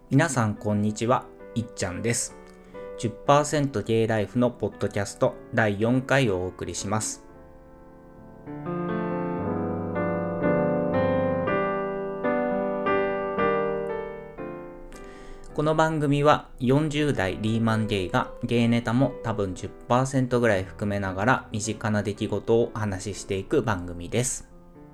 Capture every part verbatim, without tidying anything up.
皆さんこんにちは、いっちゃんです。じゅっパーセント ゲイライフのポッドキャストだいよんかいをお送りします。この番組はよんじゅうだいリーマンゲイがゲイネタも多分 じゅっパーセント ぐらい含めながら身近な出来事をお話ししていく番組です。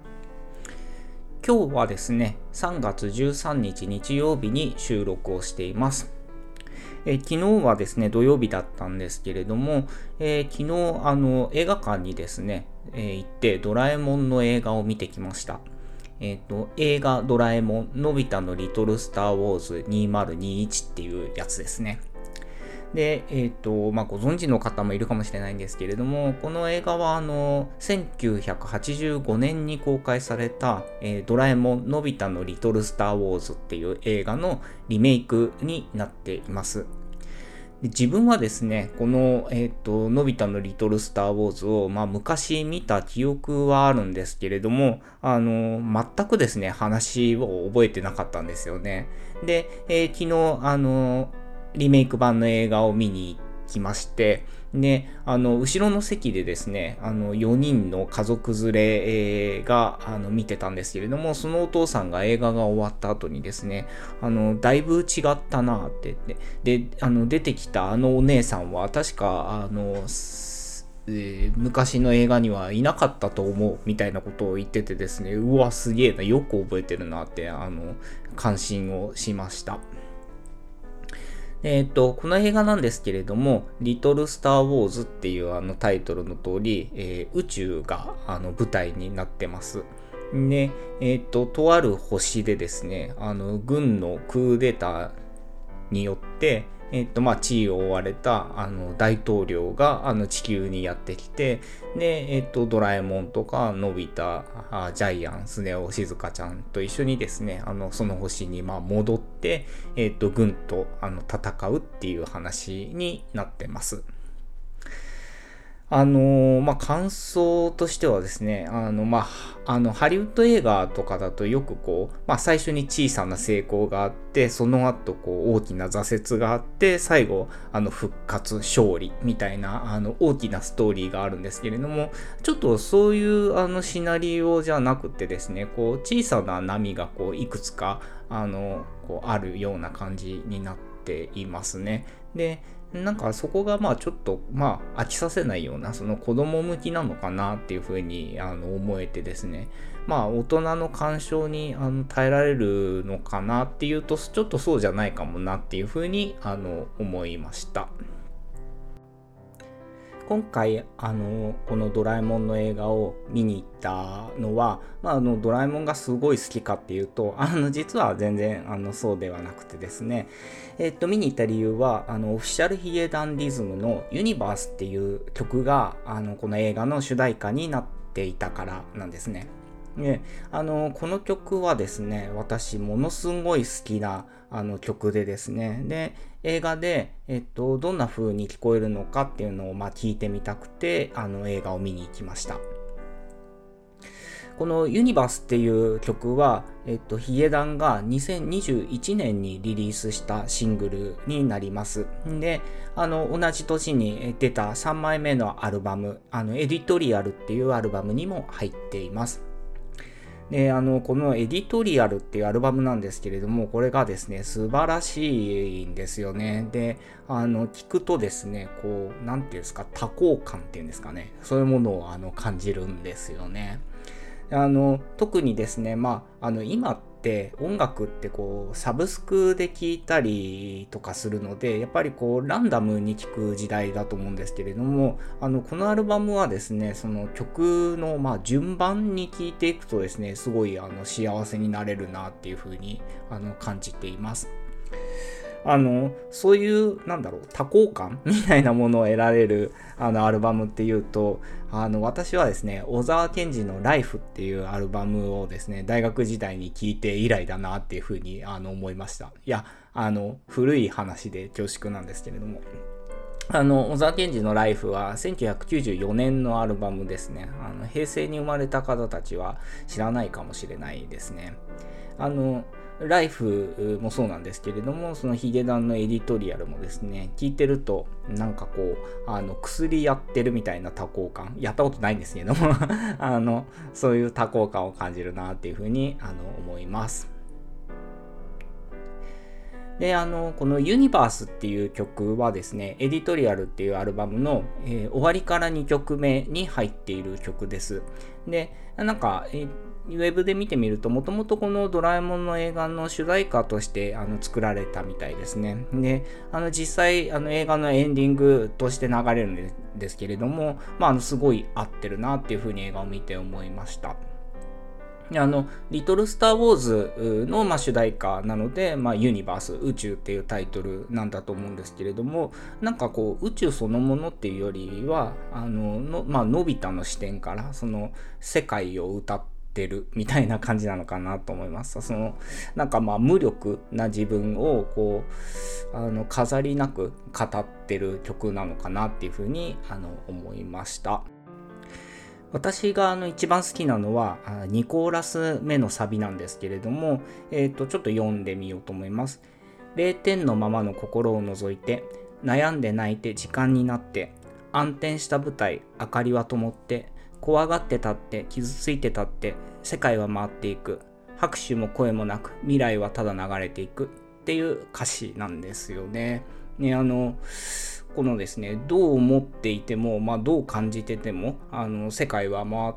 今日はですね、さんがつじゅうさんにち日曜日に収録をしています。え昨日はですね、土曜日だったんですけれども、えー、昨日あの映画館にですね、えー、行ってドラえもんの映画を見てきました。えーと、映画ドラえもんのび太のリトルスターウォーズにせんにじゅういちっていうやつですね。で、えっと、まあ、ご存知の方もいるかもしれないんですけれども、この映画は、あの、せんきゅうひゃくはちじゅうごねんに公開された、えー、ドラえもんのび太のリトルスターウォーズっていう映画のリメイクになっています。で自分はですね、この、えっと、のび太のリトルスターウォーズを、まあ、昔見た記憶はあるんですけれども、あの、全くですね、話を覚えてなかったんですよね。で、えー、昨日、あの、リメイク版の映画を見に行きまして、で、あの、後ろの席でですね、あの、よにんの家族連れが、あの、見てたんですけれども、そのお父さんが映画が終わった後にですね、あの、だいぶ違ったなって言って、で、あの、出てきたあのお姉さんは、確か、あの、えー、昔の映画にはいなかったと思うみたいなことを言っててですね、うわ、すげえな、よく覚えてるなって、あの、感心をしました。えっと、この映画なんですけれども、リトルスター・ウォーズっていうあのタイトルの通り、えー、宇宙があの舞台になってます。で、えっと、とある星でですね、あの、軍のクーデターによって、えっと、まあ、地位を追われた、あの、大統領が、あの、地球にやってきて、で、えっと、ドラえもんとか、のび太、ジャイアン、スネ夫、しずかちゃんと一緒にですね、あの、その星に、まあ、戻って、えっと、軍と、あの、戦うっていう話になってます。あのー、まあ、感想としてはですね、あの、まあ、あの、ハリウッド映画とかだとよくこう、まあ、最初に小さな成功があって、その後こう、大きな挫折があって、最後、あの、復活、勝利みたいな、あの、大きなストーリーがあるんですけれども、ちょっとそういう、あの、シナリオじゃなくてですね、こう、小さな波がこう、いくつか、あの、こう、あるような感じになっていますね。で、なんかそこがまあちょっとまあ飽きさせないようなその子供向きなのかなっていうふうにあの思えてですね、まあ大人の鑑賞にあの耐えられるのかなっていうとちょっとそうじゃないかもなっていうふうにあの思いました。今回あのこのドラえもんの映画を見に行ったのは、まあ、あのドラえもんがすごい好きかっていうとあの実は全然あのそうではなくてですね、えっと見に行った理由はあのオフィシャルヒゲダンディズムのユニバースっていう曲があのこの映画の主題歌になっていたからなんですね。であのこの曲はですね、私ものすごい好きなあの曲でですね、で映画で、えっと、どんな風に聞こえるのかっていうのを、まあ、聞いてみたくてあの映画を見に行きました。このユニバースっていう曲は、えっと、ヒゲダンがにせんにじゅういちねんにリリースしたシングルになります。で、あの、同じ年に出たさんまいめのアルバム、あの、エディトリアルっていうアルバムにも入っています。で、あの、このエディトリアルっていうアルバムなんですけれども、これがですね、素晴らしいんですよね。で、あの、聞くとですね、こう、なんていうんですか、多幸感っていうんですかね、そういうものをあの感じるんですよね。あの、特にですね、まあ、あの、今って音楽ってこう、サブスクで聴いたりとかするので、やっぱりこう、ランダムに聴く時代だと思うんですけれども、あの、このアルバムはですね、その曲の、まあ、順番に聴いていくとですね、すごいあの幸せになれるなっていうふうにあの感じています。あのそういうなんだろう多幸感みたいなものを得られるあのアルバムっていうと、あの私はですね、小沢健二のライフっていうアルバムをですね、大学時代に聴いて以来だなっていうふうにあの思いました。いや、あの古い話で恐縮なんですけれども、あの小沢健二のライフはせんきゅうひゃくきゅうじゅうよねんのアルバムですね。あの平成に生まれた方たちは知らないかもしれないですね。あのライフもそうなんですけれども、そのヒゲダンのエディトリアルもですね、聞いてるとなんかこうあの薬やってるみたいな多幸感、やったことないんですけどもあのそういう多幸感を感じるなっていうふうにあの思います。で、あの、このユニバースっていう曲はですね、エディトリアルっていうアルバムの、えー、終わりからにきょくめに入っている曲です。で、なんか、えーウェブで見てみると、もともとこのドラえもんの映画の主題歌としてあの作られたみたいですね。で、あの実際あの映画のエンディングとして流れるんですけれども、まあ、あのすごい合ってるなっていうふうに映画を見て思いました。あのリトル・スター・ウォーズの、まあ、主題歌なので、まあ、ユニバース宇宙っていうタイトルなんだと思うんですけれども、なんかこう宇宙そのものっていうよりはあのの、まあのび太の視点からその世界を歌っててるみたいな感じなのかなと思います。そのなんかまあ無力な自分をこうあの飾りなく語ってる曲なのかなっていうふうにあの思いました。私があの一番好きなのはにコーラス目のサビなんですけれども、えーと、ちょっと読んでみようと思います。れいてんのままの心を除いて悩んで泣いて時間になって暗転した舞台明かりは灯って怖がって立って傷ついて立って世界は回っていく拍手も声もなく未来はただ流れていくっていう歌詞なんですよね。ね、あのこのですね、どう思っていても、まあ、どう感じててもあの世界は回って、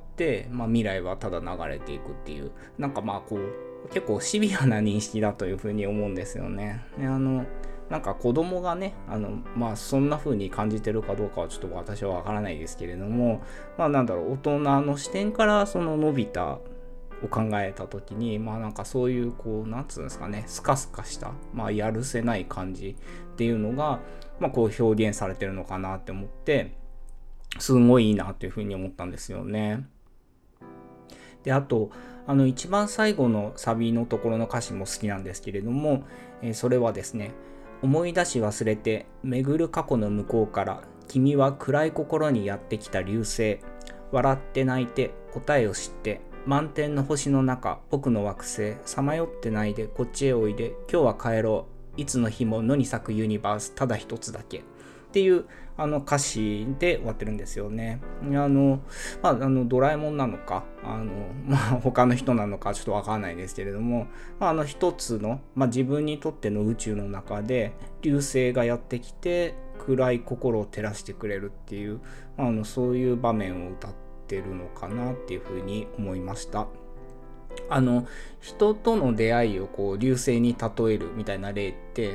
まあ、未来はただ流れていくっていう、なんかまあこう結構シビアな認識だというふうに思うんですよね。ね、あのなんか子供がね、あのまあそんな風に感じてるかどうかはちょっと私はわからないですけれども、まあなんだろう、大人の視点からそののび太を考えた時に、まあなんかそういうこうなんつうんですかね、スカスカした、まあやるせない感じっていうのが、まあこう表現されてるのかなって思って、すごいいいなという風に思ったんですよね。で、あとあの一番最後のサビのところの歌詞も好きなんですけれども、えー、それはですね、思い出し忘れて巡る過去の向こうから君は暗い心にやってきた流星、笑って泣いて答えを知って満天の星の中僕の惑星さまよってないでこっちへおいで今日は帰ろういつの日も野に咲くユニバースただ一つだけっていうあの歌詞で終わってるんですよね。あの、まあ、あのドラえもんなのかあの、まあ、他の人なのかちょっとわからないですけれども、まあ、あの一つの、まあ、自分にとっての宇宙の中で流星がやってきて暗い心を照らしてくれるっていう、あのそういう場面を歌ってるのかなっていうふうに思いました。あの人との出会いをこう流星に例えるみたいな例って、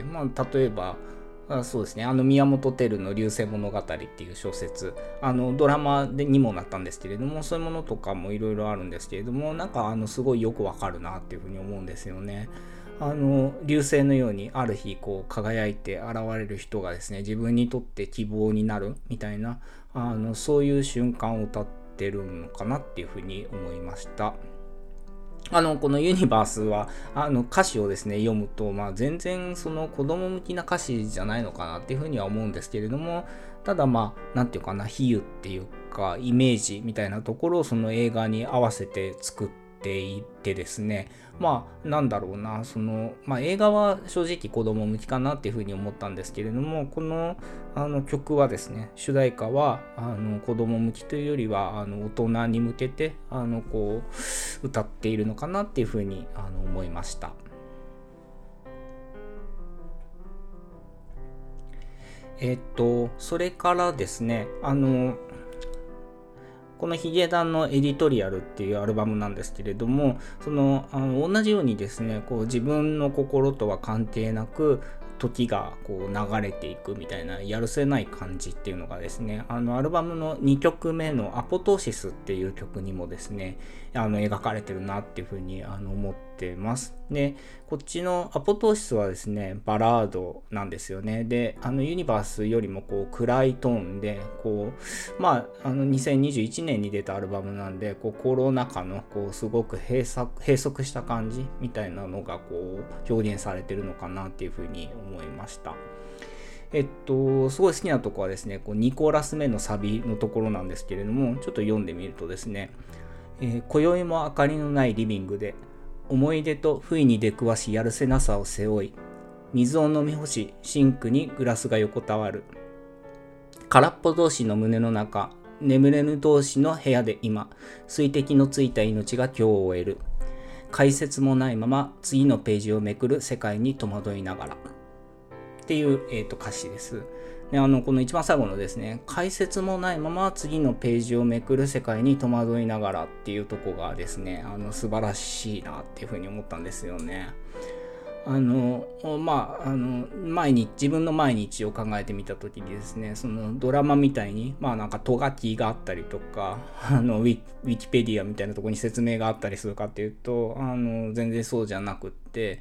まあ、例えばあそうですね、あの宮本照の流星物語っていう小説、あのドラマでにもなったんですけれども、そういうものとかもいろいろあるんですけれども、なんかあのすごいよくわかるなっていうふうに思うんですよね。あの流星のようにある日こう輝いて現れる人がですね、自分にとって希望になるみたいな、あのそういう瞬間を歌ってるのかなっていうふうに思いました。あのこのユニバースはあの歌詞をですね読むと、まあ、全然その子供向きな歌詞じゃないのかなっていうふうには思うんですけれども、ただまあなんていうかな、比喩っていうかイメージみたいなところをその映画に合わせて作っていてですね、まあなんだろうな、その、まあ、映画は正直子供向きかなっていうふうに思ったんですけれども、このあの曲はですね、主題歌はあの子供向きというよりはあの大人に向けてあのこう歌っているのかなっていうふうにあの思いました。えっとそれからですね、あのこのヒゲダンのエディトリアルっていうアルバムなんですけれども、そのあの同じようにですね、こう自分の心とは関係なく時がこう流れていくみたいなやるせない感じっていうのがですね、あのアルバムのにきょくめのアポトーシスっていう曲にもですね、あの描かれてるなっていうふうにあの思ってます。で、こっちのアポトーシスはですね、バラードなんですよね。で、あのユニバースよりもこう暗いトーンで、こうまああのにせんにじゅういちねんに出たアルバムなんで、こうコロナ禍のこうすごく閉塞閉塞した感じみたいなのがこう表現されてるのかなっていうふうに思いました。えっと、すごい好きなところはですね、こうにコーラス目のサビのところなんですけれども、ちょっと読んでみるとですね、えー、今宵も明かりのないリビングで思い出と不意に出くわしやるせなさを背負い、水を飲み干し、シンクにグラスが横たわる。空っぽ同士の胸の中、眠れぬ同士の部屋で今、水滴のついた命が今日を終える。解説もないまま次のページをめくる世界に戸惑いながら。っていう、えーと、歌詞です。で、あのこの一番最後のですね、解説もないまま次のページをめくる世界に戸惑いながらっていうとこがですね、あの素晴らしいなっていうふうに思ったんですよね。あのまああの毎日自分の毎日を考えてみた時にですね、そのドラマみたいにまあなんかとがきがあったりとか、あのウィ、ウィキペディアみたいなところに説明があったりするかっていうと、あの全然そうじゃなくって、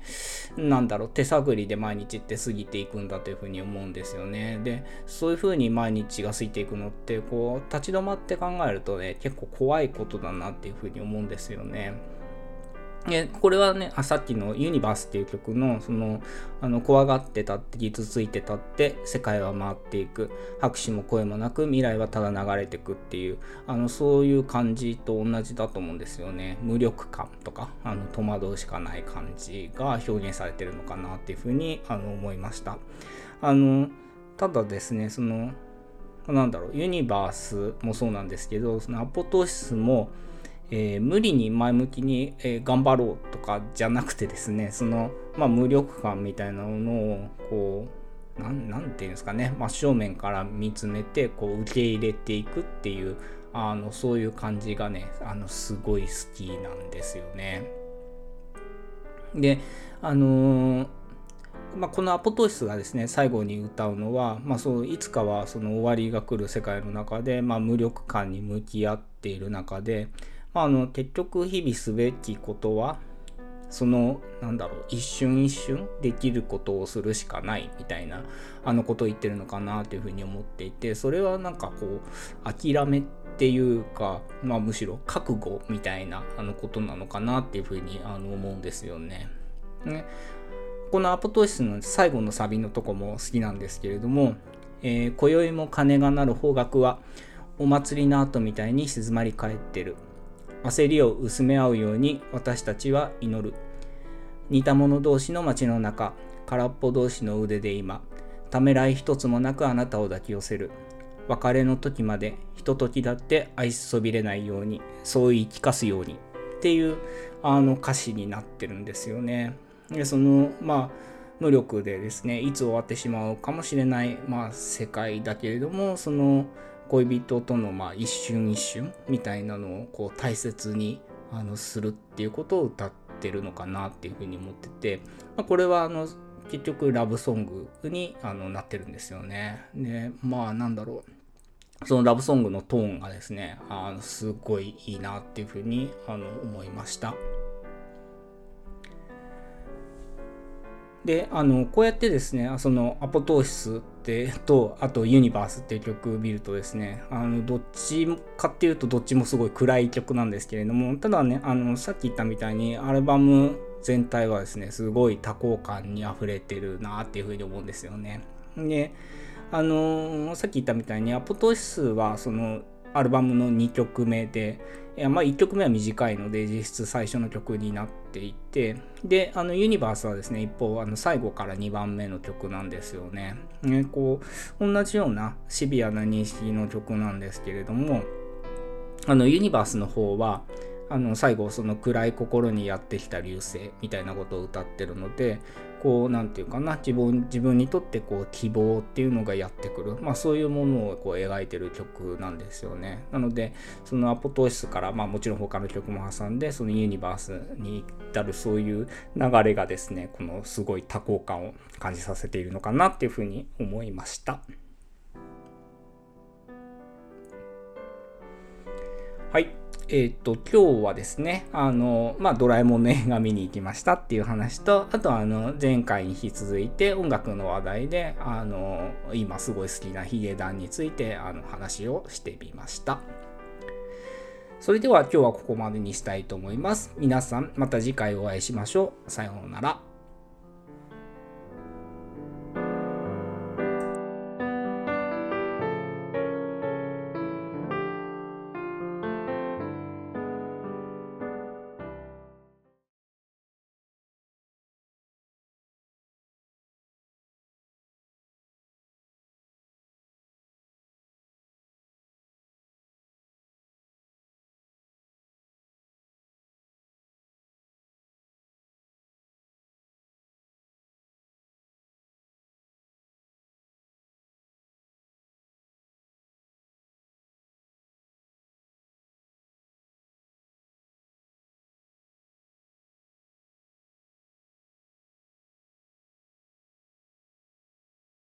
なんだろう、手探りで毎日って過ぎていくんだというふうに思うんですよね。で、そういうふうに毎日が過ぎていくのってこう立ち止まって考えるとね、結構怖いことだなっていうふうに思うんですよね。これはね、さっきのユニバースっていう曲の、その、あの、怖がってたって、傷ついてたって、世界は回っていく。拍手も声もなく、未来はただ流れていくっていう、あの、そういう感じと同じだと思うんですよね。無力感とか、あの、戸惑うしかない感じが表現されてるのかなっていうふうに、あの、思いました。あの、ただですね、その、なんだろう、ユニバースもそうなんですけど、そのアポトーシスも、えー、無理に前向きに、えー、頑張ろうとかじゃなくてですね、その、まあ、無力感みたいなのをこうなん、なんていうんですかね、真正面から見つめてこう受け入れていくっていう、あのそういう感じがね、あのすごい好きなんですよね。で、あのーまあ、このアポトーシスがですね、最後に歌うのは、まあ、そういつかはその終わりが来る世界の中で、まあ、無力感に向き合っている中で、まあ、あの結局日々すべきことはそのなんだろう、一瞬一瞬できることをするしかないみたいなあのことを言ってるのかなというふうに思っていて、それはなんかこう諦めっていうか、まあ、むしろ覚悟みたいなあのことなのかなっていうふうにあの思うんですよね。ね、このアポトーシスの最後のサビのとこも好きなんですけれども、えー、今宵も鐘が鳴る方角はお祭りの後みたいに静まり返ってる。焦りを薄め合うように私たちは祈る。似た者同士の街の中、空っぽ同士の腕で今、ためらい一つもなくあなたを抱き寄せる。別れの時までひとときだって愛しそびれないように、そう言い聞かすようにっていうあの歌詞になってるんですよね。で、そのまあ無力でですね、いつ終わってしまうかもしれない、まあ、世界だけれども、その恋人とのまあ一瞬一瞬みたいなのをこう大切にあのするっていうことを歌ってるのかなっていうふうに思ってて、まあ、これはあの結局ラブソングにあのなってるんですよね。で、まあなんだろう、そのラブソングのトーンがですね、あのすごいいいなっていうふうにあの思いました。で、あのこうやってですね、そのアポトーシスってと、あとユニバースっていう曲を見るとですね、あのどっちかっていうとどっちもすごい暗い曲なんですけれども、ただね、あのさっき言ったみたいにアルバム全体はですね、すごい多幸感にあふれてるなっていうふうに思うんですよね。で、あのさっき言ったみたいにアポトーシスはそのアルバムのにきょくめで、いやまあいっきょくめは短いので実質最初の曲になっていて、であのユニバースはですね、一方あの最後からにばんめの曲なんですよね。ね、こう同じようなシビアな認識の曲なんですけれども、あのユニバースの方はあの最後その暗い心にやってきた流星みたいなことを歌ってるので、こうなんていうかな、自分自分にとってこう希望っていうのがやってくる、まあそういうものをこう描いてる曲なんですよね。なのでそのアポトーシスから、まあもちろん他の曲も挟んでそのユニバースに至るそういう流れがですね、このすごい多幸感を感じさせているのかなっていうふうに思いました。はい。えっと、今日はですね、あの、まあ、ドラえもんの映画見に行きましたっていう話と、あとあの、前回に引き続いて音楽の話題で、あの、今すごい好きなヒゲダンについて、あの、話をしてみました。それでは今日はここまでにしたいと思います。皆さん、また次回お会いしましょう。さようなら。